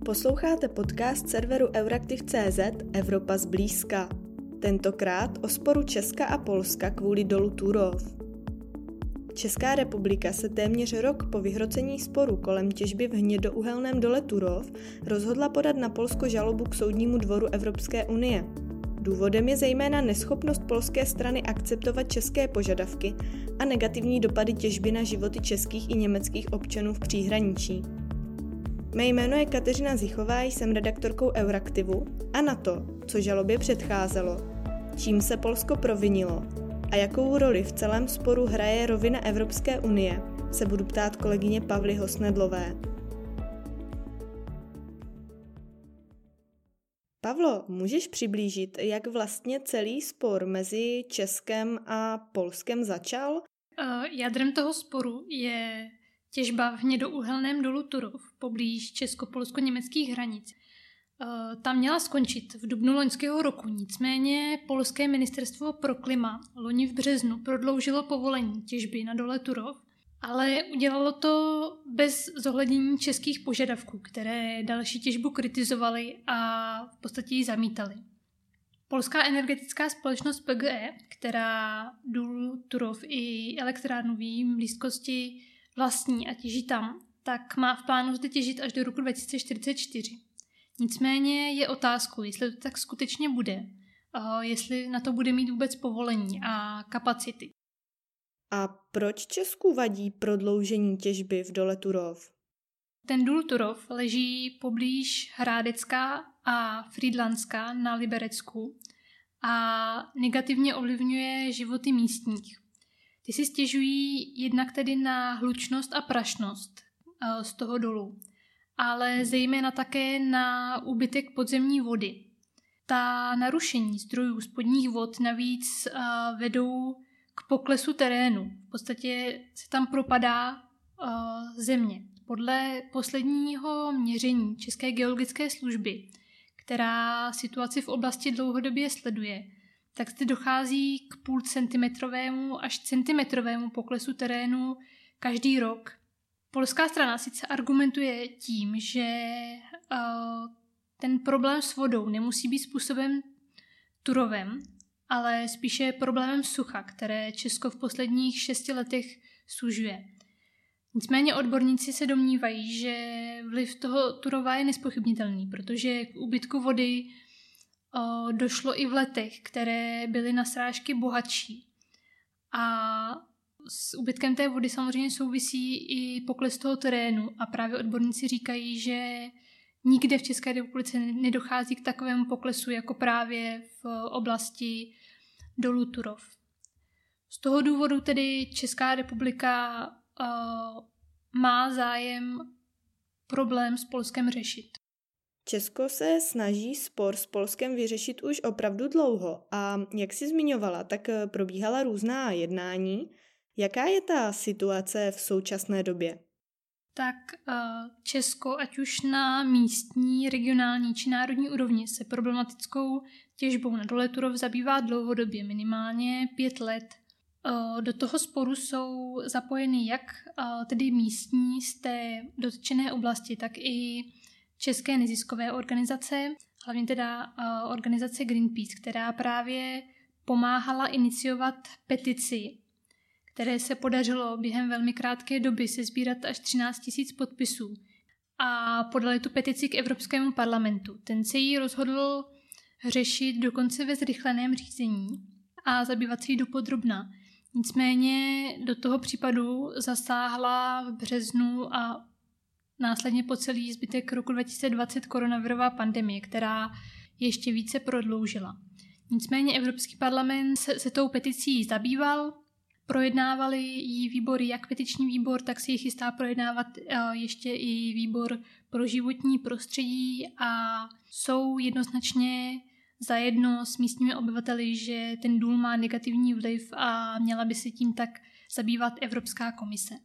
Posloucháte podcast serveru Euraktiv.cz Evropa zblízka. Tentokrát o sporu Česka a Polska kvůli dolu Turów. Česká republika se téměř rok po vyhrocení sporu kolem těžby v hnědouhelném dole Turów rozhodla podat na Polsko žalobu k Soudnímu dvoru Evropské unie. Důvodem je zejména neschopnost polské strany akceptovat české požadavky a negativní dopady těžby na životy českých i německých občanů v příhraničí. Mé jméno je Kateřina Zichová, jsem redaktorkou Euraktivu a na to, co žalobě předcházelo, čím se Polsko provinilo a jakou roli v celém sporu hraje rovina Evropské unie, se budu ptát kolegyně Pavly Hosnedlové. Pavlo, můžeš přiblížit, jak vlastně celý spor mezi Českem a Polskem začal? Jádrem toho sporu je těžba v hnědouhelném dolu Turów poblíž česko-polsko-německých hranic. Tam měla skončit v dubnu loňského roku, nicméně polské ministerstvo pro klima loni v březnu prodloužilo povolení těžby na dole Turów, ale udělalo to bez zohlednění českých požadavků, které další těžbu kritizovaly a v podstatě ji zamítaly. Polská energetická společnost PGE, která důl Turów i elektrárnu v její blízkosti vlastní a těží tam, tak má v plánu zde těžit až do roku 2044. Nicméně je otázkou, jestli to tak skutečně bude, jestli na to bude mít vůbec povolení a kapacity. A proč Česku vadí prodloužení těžby v dole Turów? Ten důl Turów leží poblíž Hrádecka a Frýdlantska na Liberecku a negativně ovlivňuje životy místních. Ty si stěžují jednak tedy na hlučnost a prašnost z toho dolu, ale zejména také na úbytek podzemní vody. Ta narušení zdrojů spodních vod navíc vedou k poklesu terénu. V podstatě se tam propadá země. Podle posledního měření České geologické služby, která situaci v oblasti dlouhodobě sleduje, tak zde dochází k 0,5 cm až centimetrovému poklesu terénu každý rok. Polská strana sice argumentuje tím, že ten problém s vodou nemusí být způsoben Turovem, ale spíše problémem sucha, které Česko v posledních 6 letech sužuje. Nicméně odborníci se domnívají, že vliv toho Turova je nezpochybnitelný, protože k úbytku vody došlo i v letech, které byly na srážky bohatší. A s úbytkem té vody samozřejmě souvisí i pokles toho terénu a právě odborníci říkají, že nikde v České republice nedochází k takovému poklesu jako právě v oblasti dolu Turów. Z toho důvodu tedy Česká republika má zájem problém s Polskem řešit. Česko se snaží spor s Polskem vyřešit už opravdu dlouho a jak jsi zmiňovala, tak probíhala různá jednání. Jaká je ta situace v současné době? Tak Česko, ať už na místní, regionální či národní úrovni, se problematickou těžbou na dole Turów zabývá dlouhodobě, minimálně 5 let. Do toho sporu jsou zapojeny jak tedy místní z té dotčené oblasti, tak i české neziskové organizace, hlavně teda organizace Greenpeace, která právě pomáhala iniciovat petici, které se podařilo během velmi krátké doby sesbírat až 13 000 podpisů a podali tu petici k Evropskému parlamentu. Ten se jí rozhodl řešit dokonce ve zrychleném řízení a zabývat se jí dopodrobna. Nicméně do toho případu zasáhla v březnu a následně po celý zbytek roku 2020 koronavirová pandemie, která ještě více prodloužila. Nicméně Evropský parlament se tou peticí zabýval, projednávali jí výbory, jak petiční výbor, tak se ji chystá projednávat ještě i výbor pro životní prostředí a jsou jednoznačně zajedno s místními obyvateli, že ten důl má negativní vliv a měla by se tím tak zabývat Evropská komise.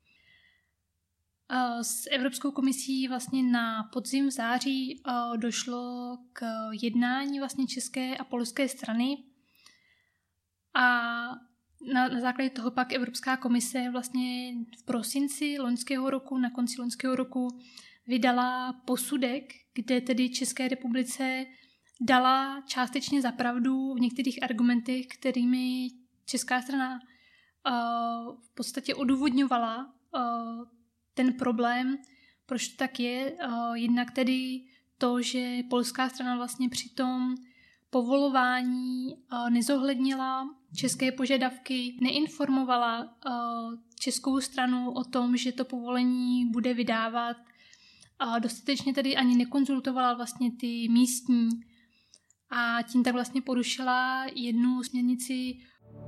S Evropskou komisí vlastně na podzim v září došlo k jednání vlastně české a polské strany a na základě toho pak Evropská komise vlastně v prosinci loňského roku, na konci loňského roku vydala posudek, kde tedy České republice dala částečně za pravdu v některých argumentech, kterými česká strana v podstatě odůvodňovala ten problém, proč to tak je. Jednak tedy to, že polská strana vlastně při tom povolování nezohlednila české požadavky, neinformovala českou stranu o tom, že to povolení bude vydávat, dostatečně tedy ani nekonzultovala vlastně ty místní a tím tak vlastně porušila jednu směrnici.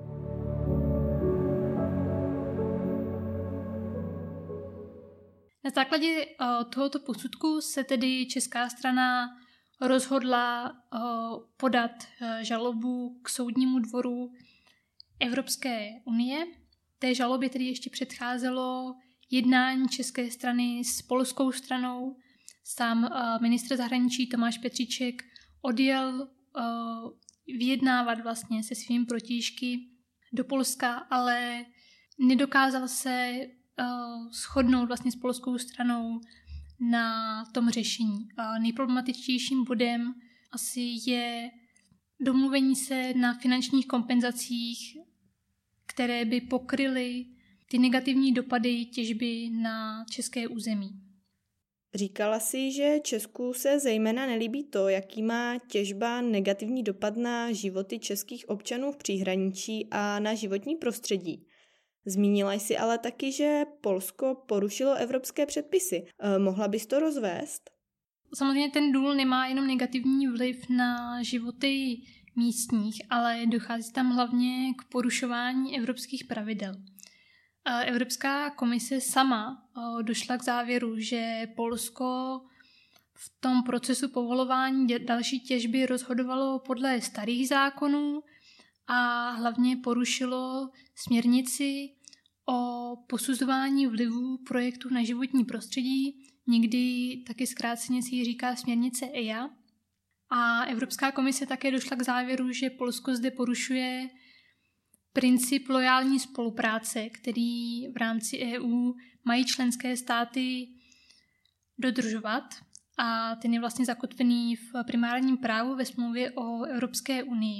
Na základě tohoto posudku se tedy česká strana rozhodla podat žalobu k soudnímu dvoru Evropské unie. Té žalobě tedy ještě předcházelo jednání české strany s polskou stranou. Sám ministr zahraničí Tomáš Petříček odjel vyjednávat vlastně se svými protějšky do Polska, ale nedokázal se shodnout vlastně s polskou stranou na tom řešení. Nejproblematičtějším bodem asi je domluvení se na finančních kompenzacích, které by pokryly ty negativní dopady těžby na české území. Říkala si, že Česku se zejména nelíbí to, jaký má těžba negativní dopad na životy českých občanů v příhraničí a na životní prostředí. Zmínila jsi ale taky, že Polsko porušilo evropské předpisy. Mohla bys to rozvést? Samozřejmě ten důl nemá jenom negativní vliv na životy místních, ale dochází tam hlavně k porušování evropských pravidel. Evropská komise sama došla k závěru, že Polsko v tom procesu povolování další těžby rozhodovalo podle starých zákonů a hlavně porušilo směrnici o posuzování vlivů projektů na životní prostředí, někdy taky zkráceně si ji říká směrnice EIA. A Evropská komise také došla k závěru, že Polsko zde porušuje princip lojální spolupráce, který v rámci EU mají členské státy dodržovat. A ten je vlastně zakotvený v primárním právu ve smlouvě o Evropské unii.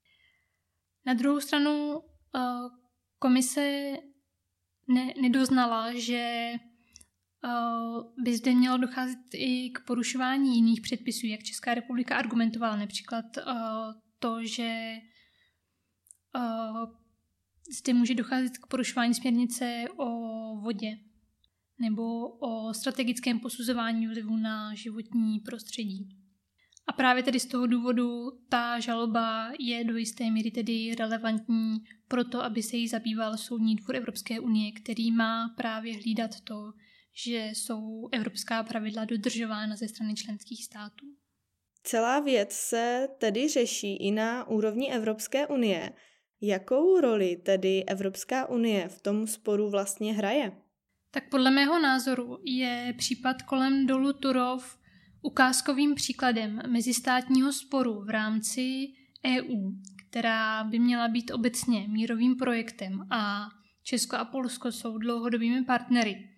Na druhou stranu komise nedoznala, že by zde mělo docházet i k porušování jiných předpisů, jak Česká republika argumentovala, například to, že zde může docházet k porušování směrnice o vodě nebo o strategickém posuzování vlivu na životní prostředí. A právě tedy z toho důvodu ta žaloba je do jisté míry tedy relevantní pro to, aby se jí zabýval Soudní dvůr Evropské unie, který má právě hlídat to, že jsou evropská pravidla dodržována ze strany členských států. Celá věc se tedy řeší i na úrovni Evropské unie. Jakou roli tedy Evropská unie v tom sporu vlastně hraje? Tak podle mého názoru je případ kolem dolu Turów ukázkovým příkladem mezistátního sporu v rámci EU, která by měla být obecně mírovým projektem a Česko a Polsko jsou dlouhodobými partnery.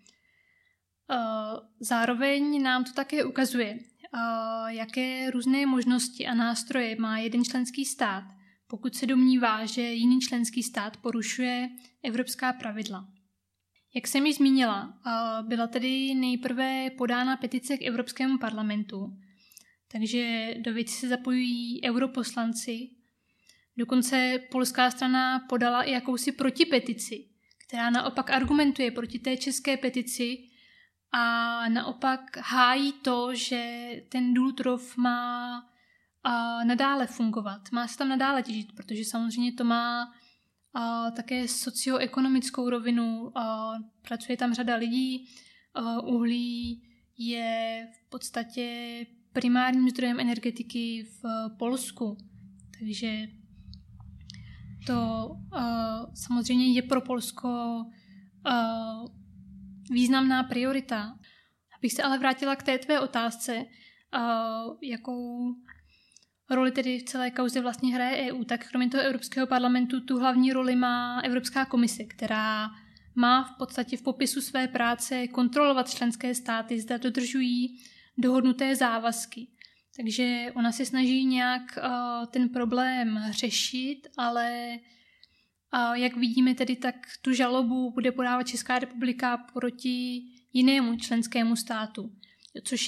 Zároveň nám to také ukazuje, jaké různé možnosti a nástroje má jeden členský stát, pokud se domnívá, že jiný členský stát porušuje evropská pravidla. Jak jsem ji zmínila, byla tedy nejprve podána petice k Evropskému parlamentu, takže do věci se zapojují europoslanci. Dokonce polská strana podala i jakousi protipetici, která naopak argumentuje proti té české petici a naopak hájí to, že ten důl Turów má nadále fungovat, má se tam nadále těžit, protože samozřejmě to má také socioekonomickou rovinu, pracuje tam řada lidí, uhlí je v podstatě primárním zdrojem energetiky v Polsku, takže to samozřejmě je pro Polsko významná priorita. Abych se ale vrátila k té tvé otázce, jakou roli tedy v celé kauze vlastně hraje EU, tak kromě toho Evropského parlamentu tu hlavní roli má Evropská komise, která má v podstatě v popisu své práce kontrolovat členské státy, zda dodržují dohodnuté závazky. Takže ona se snaží nějak ten problém řešit, ale jak vidíme tedy, tak tu žalobu bude podávat Česká republika proti jinému členskému státu, což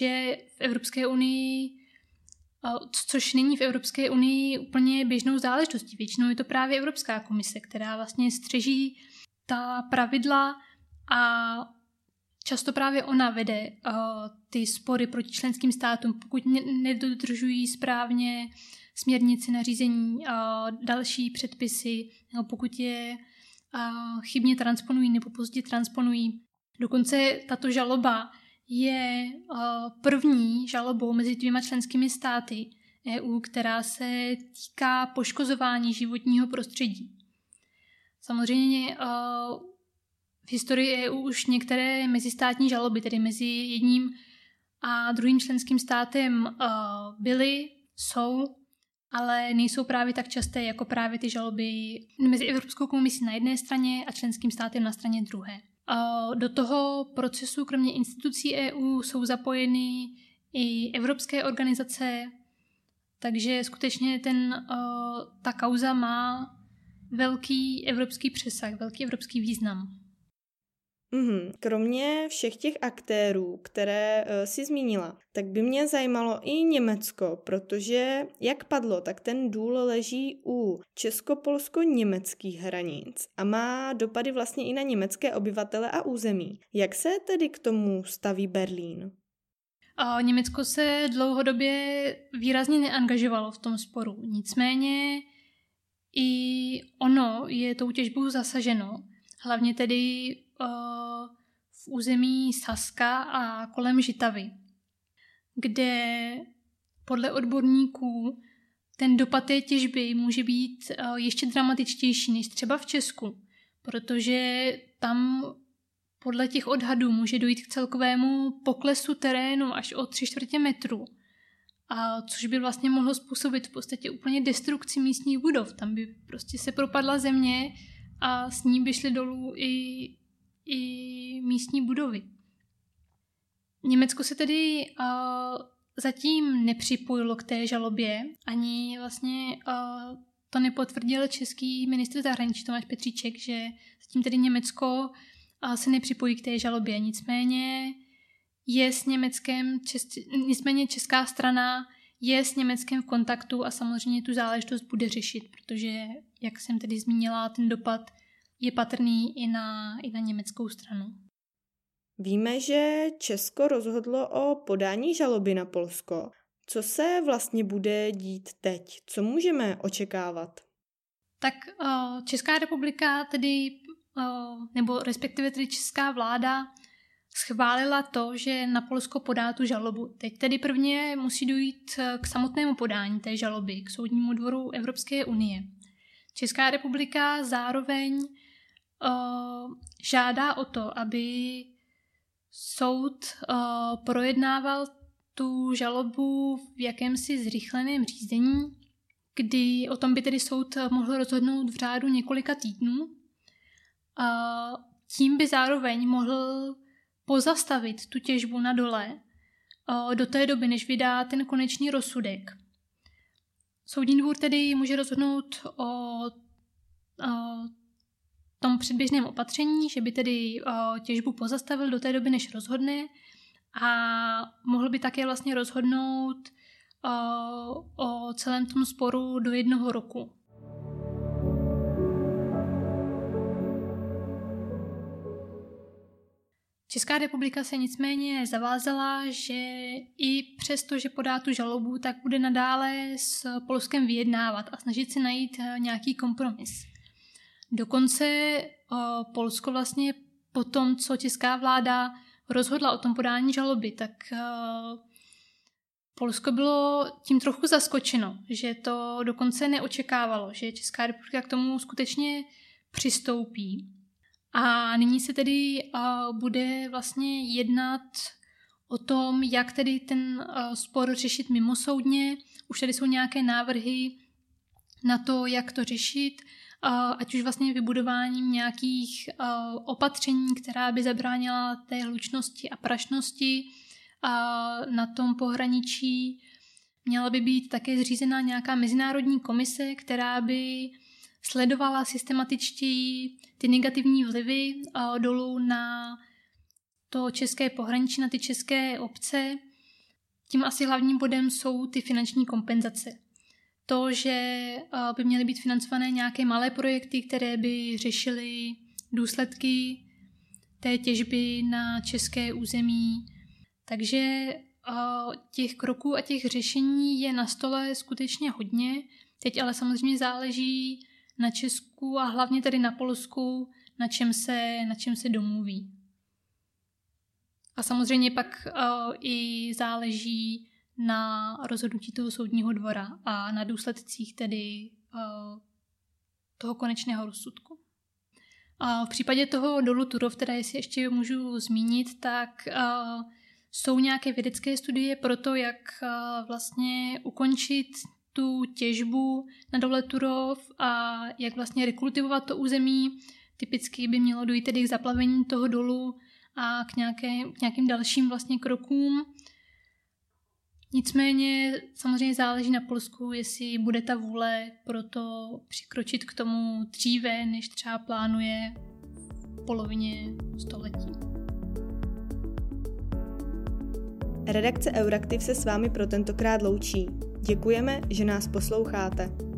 není v Evropské unii úplně běžnou záležitostí. Většinou je to právě Evropská komise, která vlastně střeží ta pravidla a často právě ona vede ty spory proti členským státům, pokud nedodržují správně směrnici, nařízení, další předpisy, nebo pokud je chybně transponují nebo pozdě transponují. Dokonce tato žaloba je první žalobou mezi 2 členskými státy EU, která se týká poškozování životního prostředí. Samozřejmě v historii EU už některé mezistátní žaloby, tedy mezi jedním a druhým členským státem jsou, ale nejsou právě tak časté jako právě ty žaloby mezi Evropskou komisí na jedné straně a členským státem na straně druhé. Do toho procesu kromě institucí EU jsou zapojeny i evropské organizace, takže skutečně ta kauza má velký evropský přesah, velký evropský význam. Kromě všech těch aktérů, které si zmínila, tak by mě zajímalo i Německo, protože, jak padlo, tak ten důl leží u česko-polsko-německých hranic a má dopady vlastně i na německé obyvatele a území. Jak se tedy k tomu staví Berlín? Německo se dlouhodobě výrazně neangažovalo v tom sporu, nicméně i ono je tou těžbou zasaženo, hlavně tedy v území Saska a kolem Žitavy, kde podle odborníků ten dopad té těžby může být ještě dramatičtější než třeba v Česku, protože tam podle těch odhadů může dojít k celkovému poklesu terénu až o 3/4 metru, což by vlastně mohlo způsobit v podstatě úplně destrukci místních budov. Tam by prostě se propadla země a s ní by šly dolů i místní budovy. Německo se tedy zatím nepřipojilo k té žalobě, ani vlastně to nepotvrdil český ministr zahraničí Tomáš Petříček, že zatím tedy Německo se nepřipojí k té žalobě. Nicméně česká strana je s Německem v kontaktu a samozřejmě tu záležitost bude řešit, protože, jak jsem tedy zmínila, ten dopad je patrný i na německou stranu. Víme, že Česko rozhodlo o podání žaloby na Polsko. Co se vlastně bude dít teď? Co můžeme očekávat? Tak Česká republika tedy, nebo respektive tedy česká vláda schválila to, že na Polsko podá tu žalobu. Teď tedy prvně musí dojít k samotnému podání té žaloby, k Soudnímu dvoru Evropské unie. Česká republika zároveň žádá o to, aby soud projednával tu žalobu v jakémsi zrychleném řízení, kdy o tom by tedy soud mohl rozhodnout v řádu několika týdnů. Tím by zároveň mohl pozastavit tu těžbu na dole do té doby, než vydá ten konečný rozsudek. Soudní dvůr tedy může rozhodnout o tom předběžném opatření, že by tedy těžbu pozastavil do té doby, než rozhodne, a mohl by také vlastně rozhodnout o celém tom sporu do 1 roku. Česká republika se nicméně zavázala, že i přesto, že podá tu žalobu, tak bude nadále s Polskem vyjednávat a snažit se najít nějaký kompromis. Dokonce Polsko vlastně po tom, co česká vláda rozhodla o tom podání žaloby, tak Polsko bylo tím trochu zaskočeno, že to dokonce neočekávalo, že Česká republika k tomu skutečně přistoupí. A nyní se tedy bude vlastně jednat o tom, jak tedy ten spor řešit mimosoudně. Už tady jsou nějaké návrhy na to, jak to řešit. ať už vlastně vybudováním nějakých opatření, která by zabránila té hlučnosti a prašnosti na tom pohraničí. Měla by být také zřízená nějaká mezinárodní komise, která by sledovala systematičtěji ty negativní vlivy dolů na to české pohraničí, na ty české obce. Tím asi hlavním bodem jsou ty finanční kompenzace. To, že by měly být financované nějaké malé projekty, které by řešily důsledky té těžby na české území. Takže těch kroků a těch řešení je na stole skutečně hodně. Teď ale samozřejmě záleží na Česku a hlavně tedy na Polsku, na čem se domluví. A samozřejmě pak i záleží na rozhodnutí toho soudního dvora a na důsledcích tedy toho konečného rozsudku. A v případě toho dolu Turów, teda jestli ještě můžu zmínit, tak jsou nějaké vědecké studie pro to, jak vlastně ukončit tu těžbu na dole Turów a jak vlastně rekultivovat to území. Typicky by mělo dojít tedy k zaplavení toho dolu a k nějakým dalším vlastně krokům. Nicméně samozřejmě záleží na Polsku, jestli bude ta vůle pro to přikročit k tomu dříve, než třeba plánuje v polovině století. Redakce Euraktiv se s vámi pro tentokrát loučí. Děkujeme, že nás posloucháte.